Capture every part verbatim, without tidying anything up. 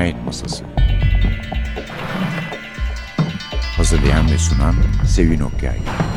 Cinayet Masası. Hazırlayan ve sunan Sevin Okyay.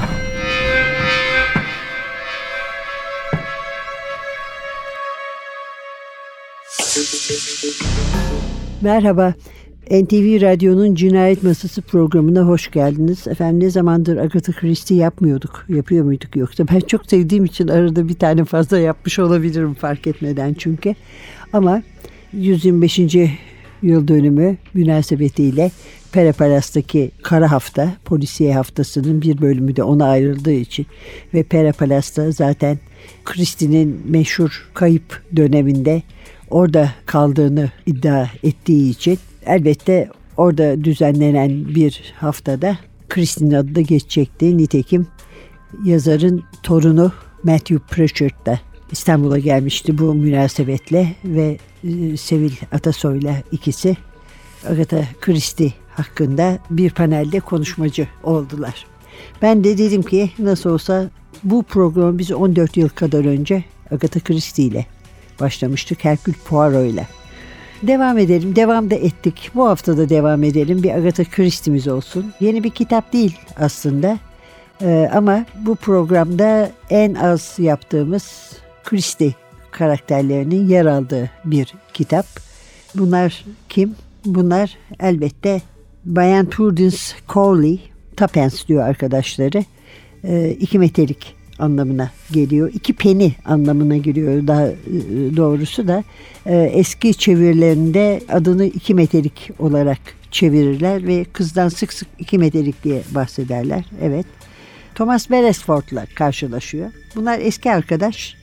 Merhaba, N T V Radyo'nun Cinayet Masası programına hoş geldiniz. Efendim ne zamandır Agatha Christie yapmıyorduk, yapıyor muyduk yoksa? Ben çok sevdiğim için arada bir tane fazla yapmış olabilirim fark etmeden çünkü. Ama yüz yirmi beşinci yıl dönümü münasebetiyle Pera Palas'taki Kara Hafta, polisiye haftasının bir bölümü de ona ayrıldığı için ve Pera Palas'ta zaten Christie'nin meşhur kayıp döneminde orada kaldığını iddia ettiği için elbette orada düzenlenen bir haftada Christie'nin adı da geçecekti. Nitekim yazarın torunu Matthew Pritchard da İstanbul'a gelmişti bu münasebetle ve Sevil Atasoy'la ikisi Agatha Christie hakkında bir panelde konuşmacı oldular. Ben de dedim ki nasıl olsa bu programı biz on dört yıl kadar önce Agatha Christie ile başlamıştık. Hercule Poirot ile. Devam edelim. Devam da ettik. Bu hafta da devam edelim. Bir Agatha Christie'miz olsun. Yeni bir kitap değil aslında. Ee, ama bu programda en az yaptığımız Christie karakterlerinin yer aldığı bir kitap. Bunlar kim? Bunlar elbette Bayan Prudence Crawley, Tuppence diyor arkadaşları. Ee, iki metelik anlamına geliyor. İki peni anlamına geliyor daha doğrusu da. Ee, eski çevirilerinde adını iki metelik olarak çevirirler ve kızdan sık sık iki metelik diye bahsederler. Evet. Thomas Beresford'la karşılaşıyor. Bunlar eski arkadaş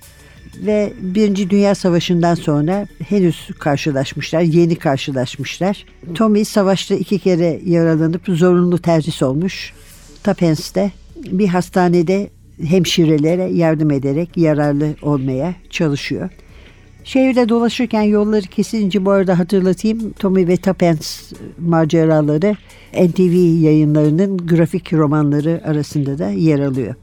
ve Birinci Dünya Savaşı'ndan sonra henüz karşılaşmışlar, yeni karşılaşmışlar. Tommy savaşta iki kere yaralanıp zorunlu terhis olmuş. Tuppence de bir hastanede hemşirelere yardım ederek yararlı olmaya çalışıyor. Şehirde dolaşırken yolları kesince bu arada hatırlatayım, Tommy ve Tuppence maceraları N T V yayınlarının grafik romanları arasında da yer alıyor.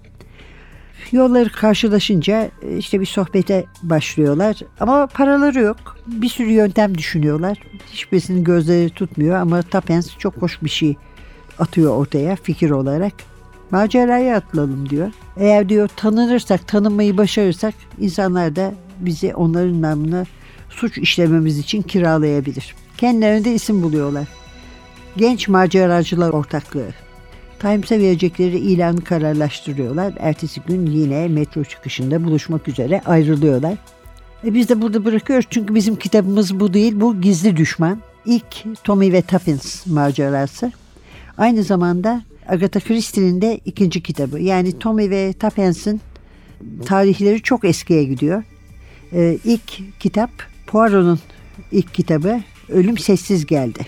Yolları karşılaşınca işte bir sohbete başlıyorlar ama paraları yok. Bir sürü yöntem düşünüyorlar. Hiçbirisinin gözleri tutmuyor ama Tuppence çok hoş bir şey atıyor ortaya fikir olarak. Maceraya atılalım diyor. Eğer diyor tanınırsak, tanınmayı başarırsak insanlar da bizi onların namına suç işlememiz için kiralayabilir. Kendilerine isim buluyorlar. Genç Maceracılar Ortaklığı. Times'e verecekleri ilanı kararlaştırıyorlar. Ertesi gün yine metro çıkışında buluşmak üzere ayrılıyorlar. E biz de burada bırakıyoruz çünkü bizim kitabımız bu değil. Bu Gizli Düşman. İlk Tommy ve Tuppence macerası. Aynı zamanda Agatha Christie'nin de ikinci kitabı. Yani Tommy ve Tuppence'ın tarihleri çok eskiye gidiyor. Ee, ilk kitap Poirot'un ilk kitabı Ölüm Sessiz Geldi.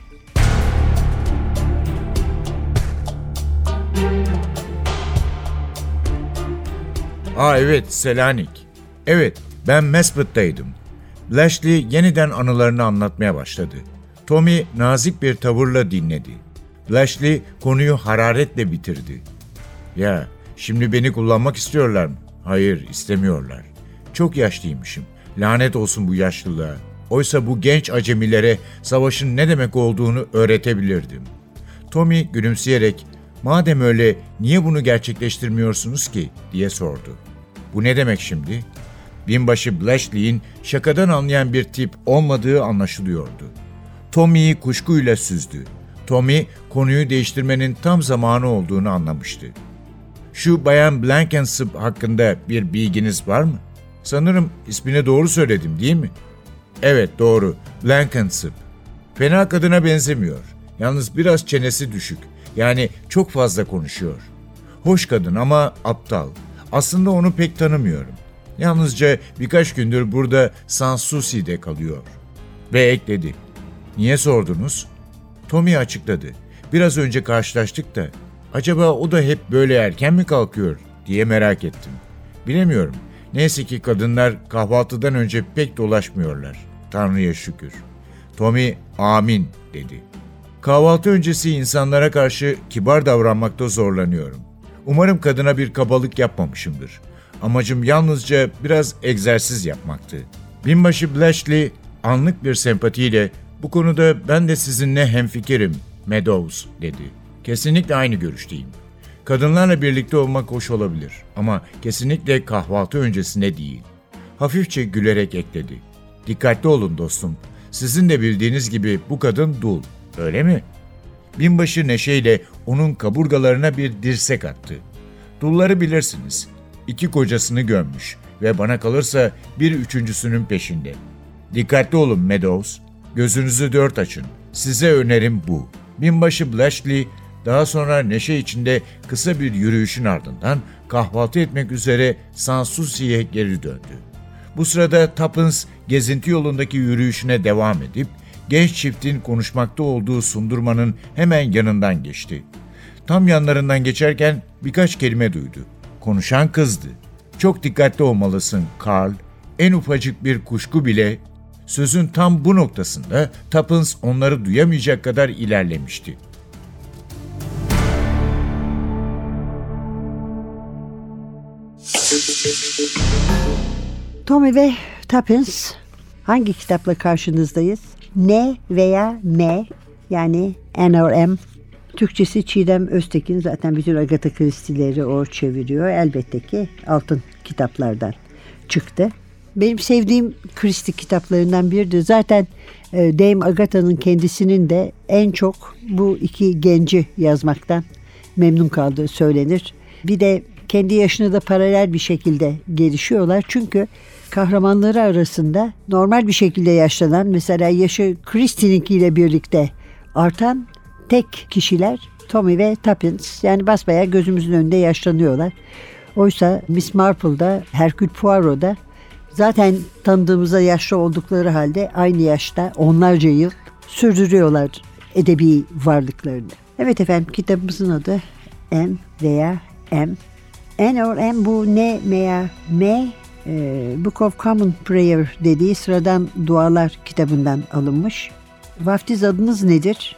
Aa evet, Selanik. Evet, ben Mesbut'taydım. Blashley yeniden anılarını anlatmaya başladı. Tommy nazik bir tavırla dinledi. Blashley konuyu hararetle bitirdi. Ya, şimdi beni kullanmak istiyorlar mı? Hayır, istemiyorlar. Çok yaşlıymışım. Lanet olsun bu yaşlılığa. Oysa bu genç acemilere savaşın ne demek olduğunu öğretebilirdim. Tommy gülümseyerek, madem öyle niye bunu gerçekleştirmiyorsunuz ki diye sordu. Bu ne demek şimdi? Binbaşı Blashley'in şakadan anlayan bir tip olmadığı anlaşılıyordu. Tommy'yi kuşkuyla süzdü. Tommy konuyu değiştirmenin tam zamanı olduğunu anlamıştı. Şu Bayan Blenkinsop hakkında bir bilginiz var mı? Sanırım ismini doğru söyledim değil mi? Evet doğru, Blenkinsop. Fena kadına benzemiyor. Yalnız biraz çenesi düşük. Yani çok fazla konuşuyor. Hoş kadın ama aptal. Aslında onu pek tanımıyorum. Yalnızca birkaç gündür burada Sanssouci'de kalıyor. Ve ekledi. Niye sordunuz? Tommy açıkladı. Biraz önce karşılaştık da acaba o da hep böyle erken mi kalkıyor diye merak ettim. Bilemiyorum. Neyse ki kadınlar kahvaltıdan önce pek dolaşmıyorlar. Tanrı'ya şükür. Tommy amin dedi. Kahvaltı öncesi insanlara karşı kibar davranmakta zorlanıyorum. Umarım kadına bir kabalık yapmamışımdır. Amacım yalnızca biraz egzersiz yapmaktı. Binbaşı Blashley anlık bir sempatiyle Bu konuda ben de sizinle hemfikirim, Meadows dedi. Kesinlikle aynı görüşteyim. Kadınlarla birlikte olmak hoş olabilir ama kesinlikle kahvaltı öncesinde değil. Hafifçe gülerek ekledi. Dikkatli olun dostum. Sizin de bildiğiniz gibi bu kadın dul, öyle mi? Binbaşı neşeyle onun kaburgalarına bir dirsek attı. Dulları bilirsiniz. İki kocasını gömmüş ve bana kalırsa bir üçüncüsünün peşinde. Dikkatli olun Meadows. Gözünüzü dört açın. Size önerim bu. Binbaşı Blashley daha sonra neşe içinde kısa bir yürüyüşün ardından kahvaltı etmek üzere Sans Souci'ye geri döndü. Bu sırada Tuppence gezinti yolundaki yürüyüşüne devam edip genç çiftin konuşmakta olduğu sundurmanın hemen yanından geçti. Tam yanlarından geçerken birkaç kelime duydu. Konuşan kızdı. Çok dikkatli olmalısın Carl. En ufacık bir kuşku bile. Sözün tam bu noktasında Tuppence onları duyamayacak kadar ilerlemişti. Tommy ve Tuppence, hangi kitapla karşınızdayız? N veya M, yani N or M. Türkçesi Çiğdem Öztekin, zaten bütün Agatha Christie'leri o çeviriyor. Elbette ki altın kitaplardan çıktı. Benim sevdiğim Christie kitaplarından biridir. Zaten e, Dame Agatha'nın kendisinin de en çok bu iki genci yazmaktan memnun kaldığı söylenir. Bir de kendi yaşına da paralel bir şekilde gelişiyorlar. Çünkü kahramanları arasında normal bir şekilde yaşlanan, mesela yaşı Christie'ninkiyle birlikte artan tek kişiler Tommy ve Tuppence. Yani basbayağı gözümüzün önünde yaşlanıyorlar. Oysa Miss Marple'da, Hercule Poirot'da zaten tanıdığımızda yaşlı oldukları halde aynı yaşta onlarca yıl sürdürüyorlar edebi varlıklarını. Evet efendim, kitabımızın adı N veya M. N or M, bu N veya M, e, Book of Common Prayer dediği sıradan dualar kitabından alınmış. Vaftiz adınız nedir?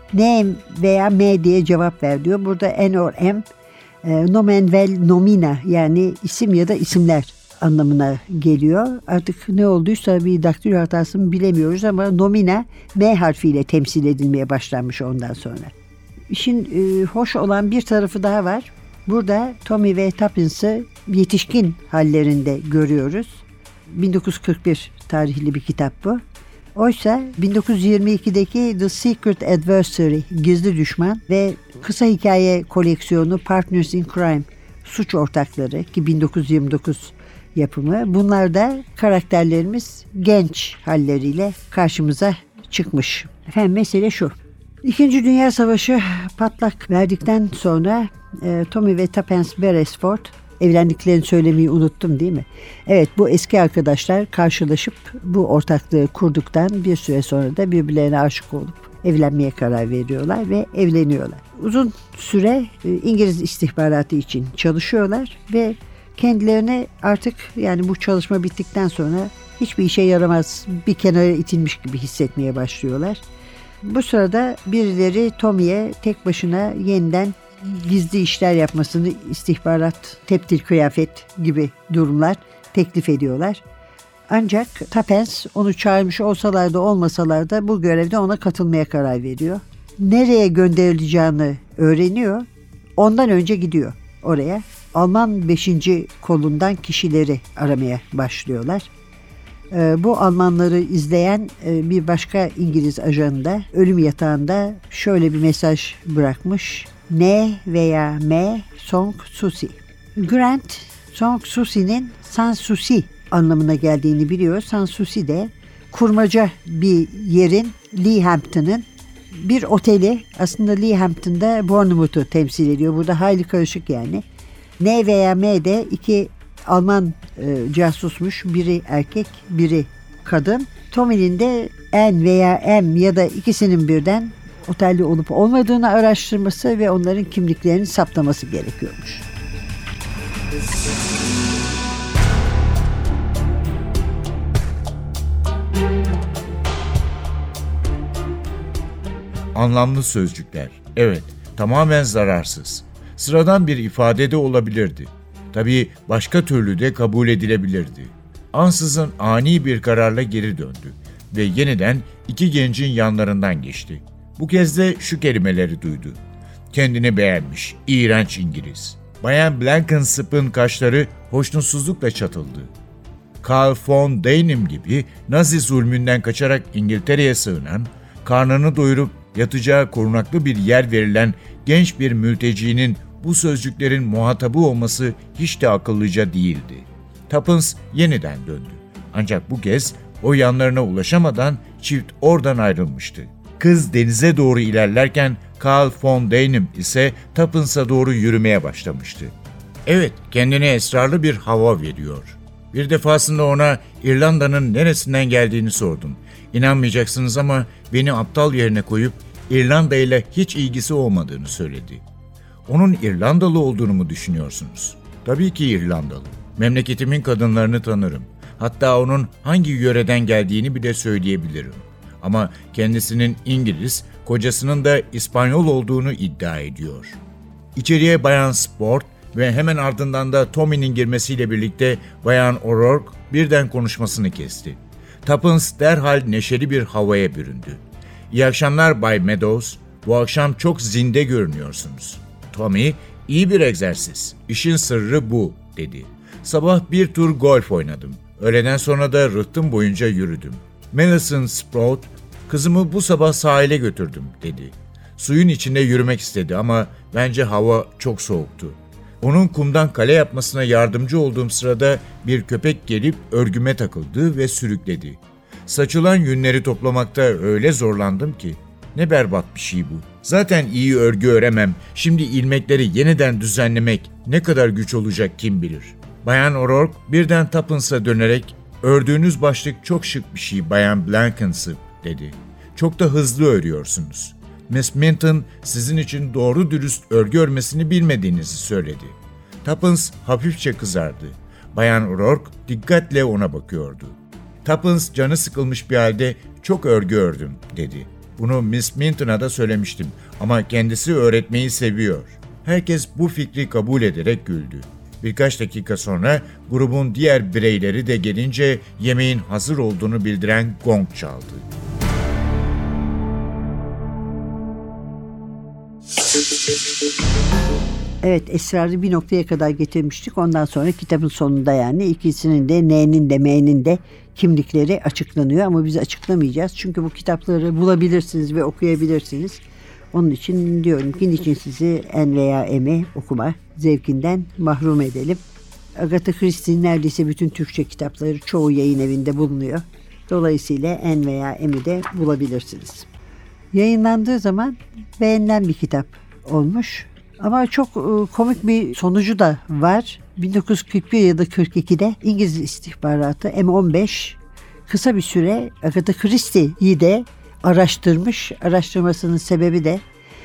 N veya M diye cevap ver diyor. Burada N or M, e, nomen vel nomina, yani isim ya da isimler anlamına geliyor. Artık ne olduysa bir daktilo hatası mı bilemiyoruz ama nomina M harfiyle temsil edilmeye başlanmış ondan sonra. İşin e, hoş olan bir tarafı daha var. Burada Tommy ve Tuppence'ı yetişkin hallerinde görüyoruz. bin dokuz yüz kırk bir tarihli bir kitap bu. Oysa bin dokuz yüz yirmi ikideki The Secret Adversary, Gizli Düşman ve kısa hikaye koleksiyonu Partners in Crime, Suç Ortakları ki bin dokuz yüz yirmi dokuz yapımı. Bunlarda karakterlerimiz genç halleriyle karşımıza çıkmış. Efendim, mesele şu. İkinci Dünya Savaşı patlak verdikten sonra e, Tommy ve Tuppence Beresford, evlendiklerini söylemeyi unuttum değil mi? Evet, bu eski arkadaşlar karşılaşıp bu ortaklığı kurduktan bir süre sonra da birbirlerine aşık olup evlenmeye karar veriyorlar ve evleniyorlar. Uzun süre e, İngiliz istihbaratı için çalışıyorlar ve kendilerine artık, yani bu çalışma bittikten sonra hiçbir işe yaramaz, bir kenara itilmiş gibi hissetmeye başlıyorlar. Bu sırada birileri Tommy'ye tek başına yeniden gizli işler yapmasını, istihbarat, teptil kıyafet gibi durumlar teklif ediyorlar. Ancak Tuppence onu çağırmış olsalar da olmasalar da bu görevde ona katılmaya karar veriyor. Nereye gönderileceğini öğreniyor. Ondan önce gidiyor oraya. Alman beşinci kolundan kişileri aramaya başlıyorlar. Bu Almanları izleyen bir başka İngiliz ajanı da ölüm yatağında şöyle bir mesaj bırakmış. N veya M, Sans Souci. Grant, Sans Souci'nin Sans Souci anlamına geldiğini biliyor. Sans Souci de kurmaca bir yerin, Leehampton'ın bir oteli. Aslında Leehampton'da Bournemouth'u temsil ediyor. Burada hayli karışık yani. N veya M de iki Alman e, casusmuş. Biri erkek, biri kadın. Tommy'nin de N veya M ya da ikisinin birden otelde olup olmadığını araştırması ve onların kimliklerini saptaması gerekiyormuş. Anlamlı sözcükler. Evet, tamamen zararsız. Sıradan bir ifade de olabilirdi. Tabii başka türlü de kabul edilebilirdi. Ansızın ani bir kararla geri döndü. ve yeniden iki gencin yanlarından geçti. Bu kez de şu kelimeleri duydu. Kendini beğenmiş, iğrenç İngiliz. Bayan Blenkinsop'un kaşları hoşnutsuzlukla çatıldı. Karl von Denim gibi Nazi zulmünden kaçarak İngiltere'ye sığınan, karnını doyurup yatacağı korunaklı bir yer verilen genç bir mültecinin bu sözcüklerin muhatabı olması hiç de akıllıca değildi. Tuppence yeniden döndü. Ancak bu kez o yanlarına ulaşamadan çift oradan ayrılmıştı. Kız denize doğru ilerlerken Karl von Denim ise Tuppence'a doğru yürümeye başlamıştı. Evet, kendine esrarlı bir hava veriyor. Bir defasında ona İrlanda'nın neresinden geldiğini sordum. İnanmayacaksınız ama beni aptal yerine koyup İrlanda ile hiç ilgisi olmadığını söyledi. Onun İrlandalı olduğunu mu düşünüyorsunuz? Tabii ki İrlandalı. Memleketimin kadınlarını tanırım. Hatta onun hangi yöreden geldiğini bile söyleyebilirim. Ama kendisinin İngiliz, kocasının da İspanyol olduğunu iddia ediyor. İçeriye Bayan Sport ve hemen ardından da Tommy'nin girmesiyle birlikte Bayan O'Rourke birden konuşmasını kesti. Tuppence derhal neşeli bir havaya büründü. İyi akşamlar Bay Meadows, bu akşam çok zinde görünüyorsunuz. Tommy, iyi bir egzersiz, işin sırrı bu, dedi. Sabah bir tur golf oynadım. Öğleden sonra da rıhtım boyunca yürüdüm. Millicent Sprout, kızımı bu sabah sahile götürdüm, dedi. Suyun içinde yürümek istedi ama bence hava çok soğuktu. Onun kumdan kale yapmasına yardımcı olduğum sırada bir köpek gelip örgüme takıldı ve sürükledi. Saçılan yünleri toplamakta öyle zorlandım ki. Ne berbat bir şey bu. Zaten iyi örgü öremem. Şimdi ilmekleri yeniden düzenlemek ne kadar güç olacak kim bilir. Bayan O'Rourke birden Tuppence'a dönerek "Ördüğünüz başlık çok şık bir şey Bayan Blenkinsop," dedi. "Çok da hızlı örüyorsunuz. Miss Minton sizin için doğru dürüst örgü örmesini bilmediğinizi söyledi." Tuppence hafifçe kızardı. Bayan O'Rourke dikkatle ona bakıyordu. Tuppence canı sıkılmış bir halde "Çok örgü ördüm," dedi. "Bunu Miss Minton'a da söylemiştim ama kendisi öğretmeyi seviyor." Herkes bu fikri kabul ederek güldü. Birkaç dakika sonra grubun diğer bireyleri de gelince yemeğin hazır olduğunu bildiren gong çaldı. Evet, esrarı bir noktaya kadar getirmiştik. Ondan sonra kitabın sonunda yani ikisinin de N'nin de M'nin de kimlikleri açıklanıyor. Ama biz açıklamayacağız. Çünkü bu kitapları bulabilirsiniz ve okuyabilirsiniz. Onun için diyorum ki niçin sizi N veya M'i okuma zevkinden mahrum edelim. Agatha Christie'nin neredeyse bütün Türkçe kitapları çoğu yayın evinde bulunuyor. Dolayısıyla N veya M'i de bulabilirsiniz. Yayınlandığı zaman beğenilen bir kitap olmuş. Ama çok komik bir sonucu da var. bin dokuz yüz kırk bir ya da kırk ikide İngiliz istihbaratı M on beş kısa bir süre Agatha Christie'yi de araştırmış. Araştırmasının sebebi de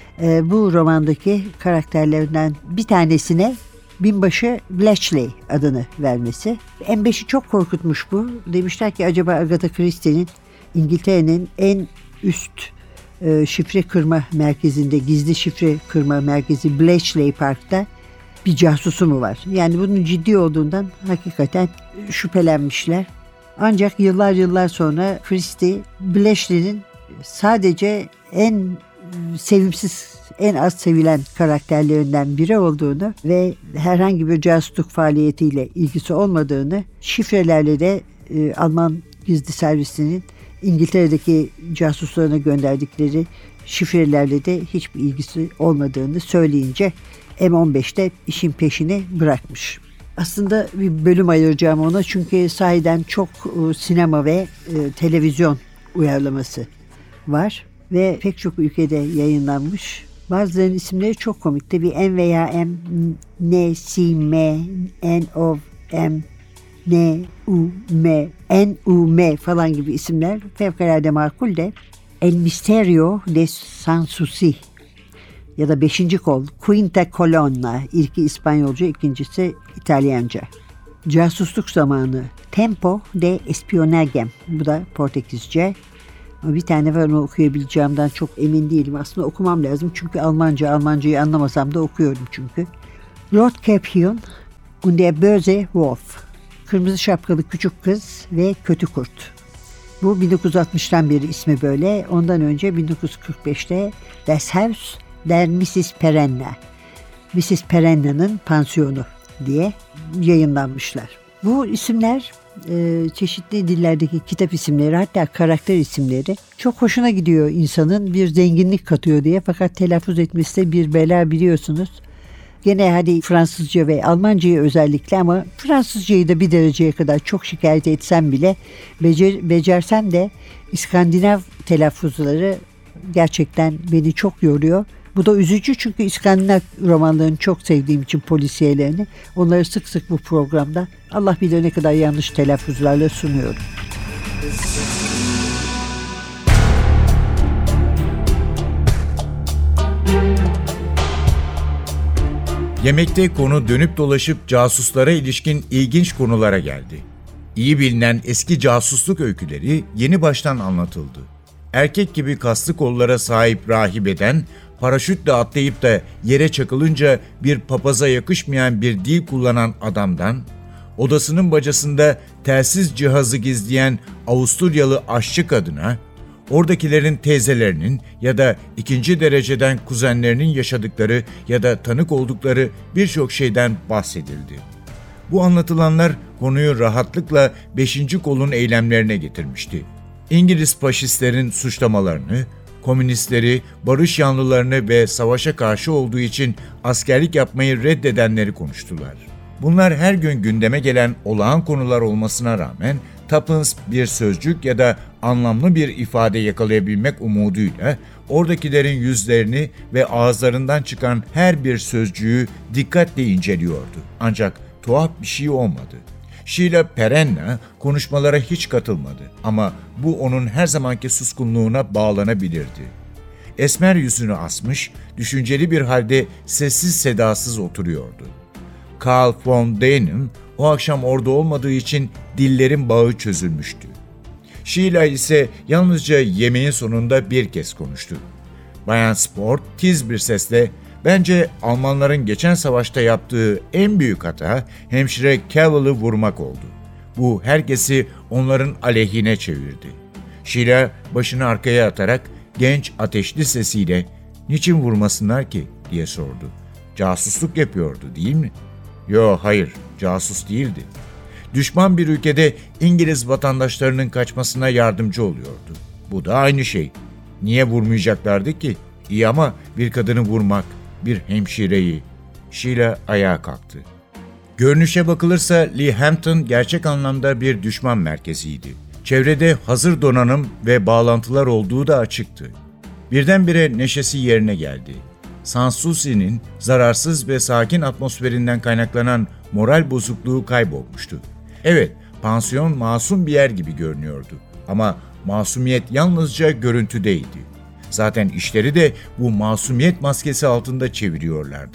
e, bu romandaki karakterlerinden bir tanesine binbaşı Bletchley adını vermesi. M beşi çok korkutmuş bu. Demişler ki acaba Agatha Christie'nin İngiltere'nin en üst e, şifre kırma merkezinde, gizli şifre kırma merkezi Bletchley Park'ta bir casusu mu var? Yani bunun ciddi olduğundan hakikaten şüphelenmişler. Ancak yıllar yıllar sonra Christie, Bletchley'nin sadece en sevimsiz, en az sevilen karakterlerinden biri olduğunu ve herhangi bir casusluk faaliyetiyle ilgisi olmadığını, şifrelerle de e, Alman gizli servisinin İngiltere'deki casuslarına gönderdikleri şifrelerle de hiçbir ilgisi olmadığını söyleyince M on beşte işin peşini bırakmış. Aslında bir bölüm ayıracağım ona çünkü sahiden çok e, sinema ve e, televizyon uyarlaması var ve pek çok ülkede yayınlanmış. Bazılarının isimleri çok komik. Tabii N veya M, N, C, M, N, O, M, N, U, M, N, U, M falan gibi isimler fevkalade makul de El Misterio de Sanssouci ya da Beşinci Kol, Quinta Colonna, ilki İspanyolca, ikincisi İtalyanca. Casusluk Zamanı, Tempo de Espionagem, bu da Portekizce. Bir tane var, onu okuyabileceğimden çok emin değilim. Aslında okumam lazım çünkü Almanca, Almancayı anlamasam da okuyorum çünkü. Rotkäppchen und der böse Wolf, Kırmızı Şapkalı Küçük Kız ve Kötü Kurt. Bu bin dokuz yüz altmıştan beri ismi böyle. Ondan önce bin dokuz yüz kırk beşte Das Haus der missus Perenna, missus Perenna'nın pansiyonu diye yayınlanmışlar. Bu isimler e, çeşitli dillerdeki kitap isimleri, hatta karakter isimleri çok hoşuna gidiyor insanın, bir zenginlik katıyor diye. Fakat telaffuz etmesi de bir bela, biliyorsunuz. Gene hadi Fransızca ve Almancayı özellikle, ama Fransızcayı da bir dereceye kadar çok şikayet etsem bile becer, becersem de İskandinav telaffuzları gerçekten beni çok yoruyor. Bu da üzücü, çünkü İskandinav romanlarını çok sevdiğim için, polisiyelerini, onları sık sık bu programda Allah bilir ne kadar yanlış telaffuzlarla sunuyorum. Yemekte konu dönüp dolaşıp casuslara ilişkin ilginç konulara geldi. İyi bilinen eski casusluk öyküleri yeni baştan anlatıldı. Erkek gibi kaslı kollara sahip rahibeden, paraşütle atlayıp da yere çakılınca bir papaza yakışmayan bir dil kullanan adamdan, odasının bacasında telsiz cihazı gizleyen Avusturyalı aşçı kadına, oradakilerin teyzelerinin ya da ikinci dereceden kuzenlerinin yaşadıkları ya da tanık oldukları birçok şeyden bahsedildi. Bu anlatılanlar konuyu rahatlıkla beşinci kolun eylemlerine getirmişti. İngiliz faşistlerin suçlamalarını, komünistleri, barış yanlılarını ve savaşa karşı olduğu için askerlik yapmayı reddedenleri konuştular. Bunlar her gün gündeme gelen olağan konular olmasına rağmen Tuppence bir sözcük ya da anlamlı bir ifade yakalayabilmek umuduyla oradakilerin yüzlerini ve ağızlarından çıkan her bir sözcüğü dikkatle inceliyordu. Ancak tuhaf bir şey olmadı. Sheila Perenna konuşmalara hiç katılmadı ama bu onun her zamanki suskunluğuna bağlanabilirdi. Esmer yüzünü asmış, düşünceli bir halde sessiz sedasız oturuyordu. Karl von Deyn'in o akşam orada olmadığı için dillerin bağı çözülmüştü. Sheila ise yalnızca yemeğin sonunda bir kez konuştu. Bayan Sport tiz bir sesle, "Bence Almanların geçen savaşta yaptığı en büyük hata hemşire Cavill'ı vurmak oldu. Bu herkesi onların aleyhine çevirdi." Sheila başını arkaya atarak genç ateşli sesiyle, "Niçin vurmasınlar ki?" diye sordu. "Casusluk yapıyordu değil mi?" "Yo, hayır, casus değildi. Düşman bir ülkede İngiliz vatandaşlarının kaçmasına yardımcı oluyordu. Bu da aynı şey. Niye vurmayacaklardı ki? İyi ama bir kadını vurmak, bir hemşireyi." Sheila ayağa kalktı. Görünüşe bakılırsa Lee Hampton gerçek anlamda bir düşman merkeziydi. Çevrede hazır donanım ve bağlantılar olduğu da açıktı. Birdenbire neşesi yerine geldi. Sanssouci'nin zararsız ve sakin atmosferinden kaynaklanan moral bozukluğu kaybolmuştu. Evet, pansiyon masum bir yer gibi görünüyordu ama masumiyet yalnızca görüntüdeydi. Zaten işleri de bu masumiyet maskesi altında çeviriyorlardı.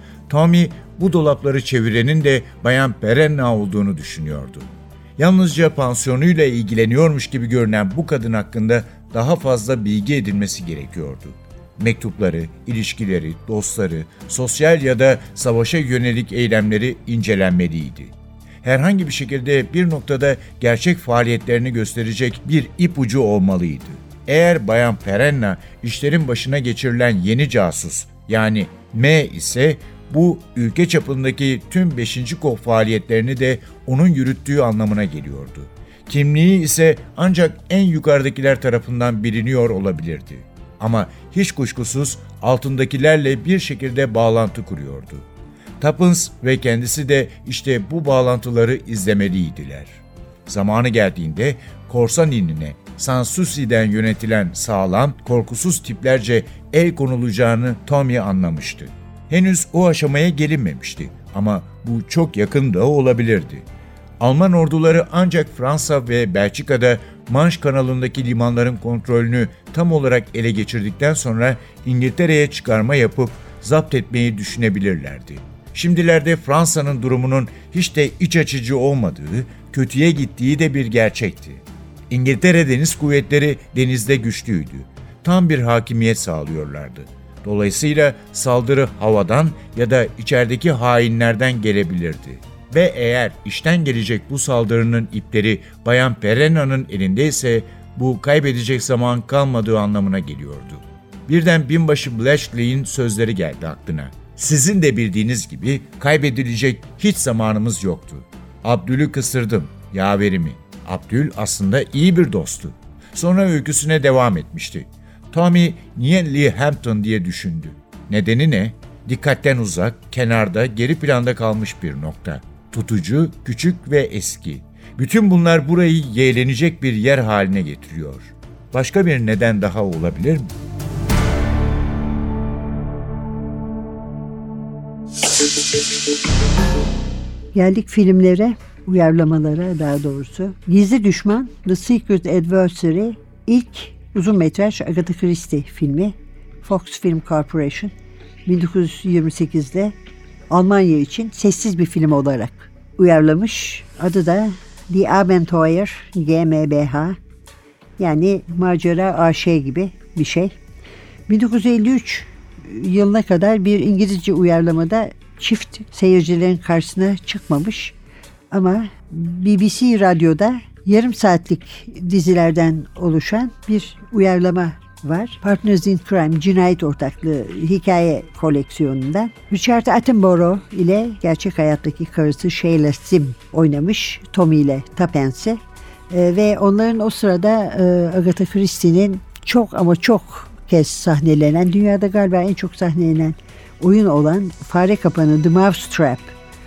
Tommy bu dolapları çevirenin de Bayan Perenna olduğunu düşünüyordu. Yalnızca pansiyonuyla ilgileniyormuş gibi görünen bu kadın hakkında daha fazla bilgi edinmesi gerekiyordu. Mektupları, ilişkileri, dostları, sosyal ya da savaşa yönelik eylemleri incelenmeliydi. Herhangi bir şekilde bir noktada gerçek faaliyetlerini gösterecek bir ipucu olmalıydı. Eğer Bayan Perenna işlerin başına geçirilen yeni casus, yani M ise bu ülke çapındaki tüm beşinci kol faaliyetlerini de onun yürüttüğü anlamına geliyordu. Kimliği ise ancak en yukarıdakiler tarafından biliniyor olabilirdi. Ama hiç kuşkusuz altındakilerle bir şekilde bağlantı kuruyordu. Tuppence ve kendisi de işte bu bağlantıları izlemeliydiler. Zamanı geldiğinde korsan inine Sanssouci'den yönetilen sağlam, korkusuz tiplerce el konulacağını Tommy anlamıştı. Henüz o aşamaya gelinmemişti ama bu çok yakında olabilirdi. Alman orduları ancak Fransa ve Belçika'da Manş kanalındaki limanların kontrolünü tam olarak ele geçirdikten sonra İngiltere'ye çıkarma yapıp zapt etmeyi düşünebilirlerdi. Şimdilerde Fransa'nın durumunun hiç de iç açıcı olmadığı, kötüye gittiği de bir gerçekti. İngiltere Deniz Kuvvetleri denizde güçlüydü. Tam bir hakimiyet sağlıyorlardı. Dolayısıyla saldırı havadan ya da içerideki hainlerden gelebilirdi. Ve eğer işten gelecek bu saldırının ipleri Bayan Perena'nın elindeyse bu kaybedecek zaman kalmadığı anlamına geliyordu. Birden binbaşı Bletchley'in sözleri geldi aklına. Sizin de bildiğiniz gibi kaybedilecek hiç zamanımız yoktu. Abdül'ü kısırdım, yaverimi. Abdül aslında iyi bir dosttu. Sonra öyküsüne devam etmişti. Tommy niye Lee Hampton diye düşündü. Nedeni ne? Dikkatten uzak, kenarda, geri planda kalmış bir nokta. Tutucu, küçük ve eski. Bütün bunlar burayı yeğlenecek bir yer haline getiriyor. Başka bir neden daha olabilir mi? Geldik filmlere, uyarlamalara daha doğrusu. Gizli Düşman, The Secret Adversary, ilk uzun metraj Agatha Christie filmi. Fox Film Corporation bin dokuz yüz yirmi sekizde Almanya için sessiz bir film olarak uyarlamış. Adı da Die Abenteuer G M B H, yani Macera A Ş gibi bir şey. bin dokuz yüz elli üç yılına kadar bir İngilizce uyarlamada çift seyircilerin karşısına çıkmamış. Ama B B C Radyo'da yarım saatlik dizilerden oluşan bir uyarlama var. Partners in Crime, Cinayet Ortaklığı hikaye koleksiyonundan. Richard Attenborough ile gerçek hayattaki karısı Sheila Sim oynamış, Tommy ile Tappence'i. Ee, ve onların o sırada e, Agatha Christie'nin çok ama çok kez sahnelenen, dünyada galiba en çok sahnelenen oyun olan Fare Kapanı The Mousetrap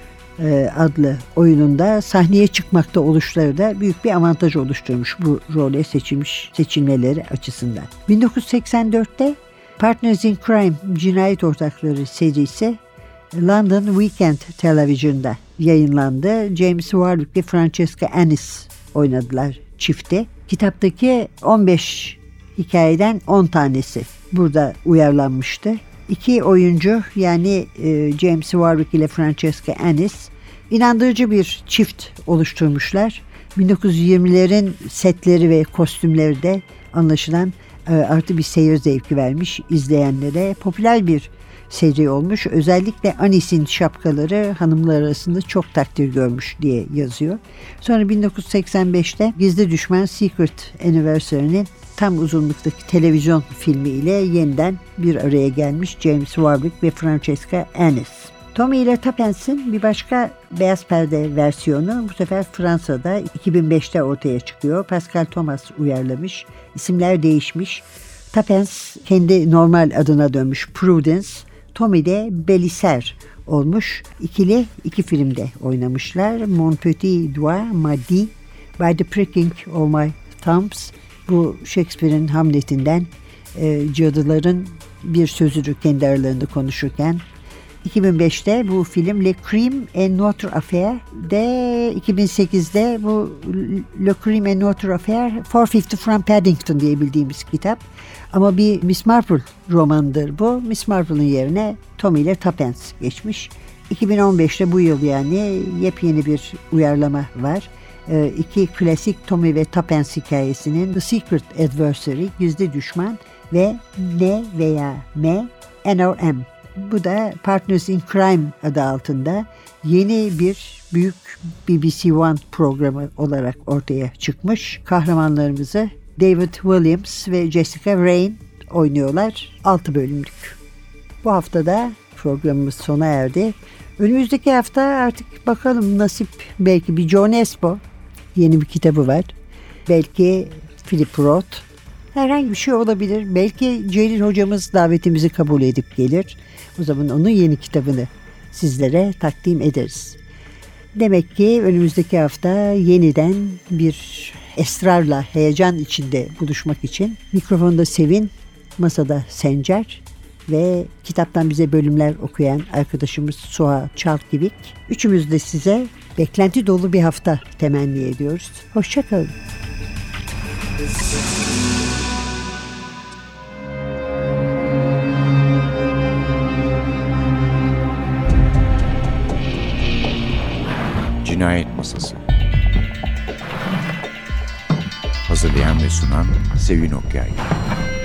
e, adlı oyununda sahneye çıkmakta oluşları da büyük bir avantaj oluşturmuş bu role seçilmiş seçilmeleri açısından. bin dokuz yüz seksen dörtte Partners in Crime, Cinayet Ortakları serisi London Weekend Television'da yayınlandı. James Warwick ve Francesca Annis oynadılar çifti. Kitaptaki on beş hikayeden on tanesi burada uyarlanmıştı. İki oyuncu, yani e, James Warwick ile Francesca Annis inandırıcı bir çift oluşturmuşlar. bin dokuz yüz yirmilerin setleri ve kostümleri de anlaşılan e, artı bir seyir zevki vermiş izleyenlere. Popüler bir seri olmuş. Özellikle Annis'in şapkaları hanımlar arasında çok takdir görmüş diye yazıyor. Sonra bin dokuz yüz seksen beşte Gizli Düşman Secret Anniversary'nin tam uzunluktaki televizyon filmiyle yeniden bir araya gelmiş James Warwick ve Francesca Annis. Tommy ile Tappence'in bir başka beyaz perde versiyonu bu sefer Fransa'da iki bin beşte ortaya çıkıyor. Pascal Thomas uyarlamış. İsimler değişmiş. Tappence kendi normal adına dönmüş, Prudence. Tommy de Bélisaire olmuş. İkili iki filmde oynamışlar. Mon petit doigt m'a dit, By the pricking of my thumbs. Bu Shakespeare'in Hamlet'inden e, cadıların bir sözünü kendi aralarında konuşurken. iki bin beşte bu film Le Crime et Notre Affaire de, iki bin sekizde bu Le Crime et Notre Affaire four fifty from Paddington diye bildiğimiz kitap. Ama bir Miss Marple romanıdır bu. Miss Marple'ın yerine Tommy ile Tappence geçmiş. iki bin on beşte bu yıl yani yepyeni bir uyarlama var. Ee, iki klasik Tommy ve Tappence hikayesinin The Secret Adversary, Gizli Düşman ve N veya M, N or M. Bu da Partners in Crime adı altında yeni bir büyük B B C One programı olarak ortaya çıkmış. Kahramanlarımızı David Williams ve Jessica Raine oynuyorlar. altı bölümlük. Bu haftada programımız sona erdi. Önümüzdeki hafta artık bakalım nasip, belki bir John Espo yeni bir kitabı var. Belki Philip Roth. Herhangi bir şey olabilir. Belki Celil hocamız davetimizi kabul edip gelir. O zaman onun yeni kitabını sizlere takdim ederiz. Demek ki önümüzdeki hafta yeniden bir esrarla, heyecan içinde buluşmak için mikrofonda Sevin, masada Sencer ve kitaptan bize bölümler okuyan arkadaşımız Suha Çalkivik. Üçümüz de size beklenti dolu bir hafta temenni ediyoruz. Hoşça kalın. Cinayet Masası. Hazırlayan ve sunan Sevin Okyay.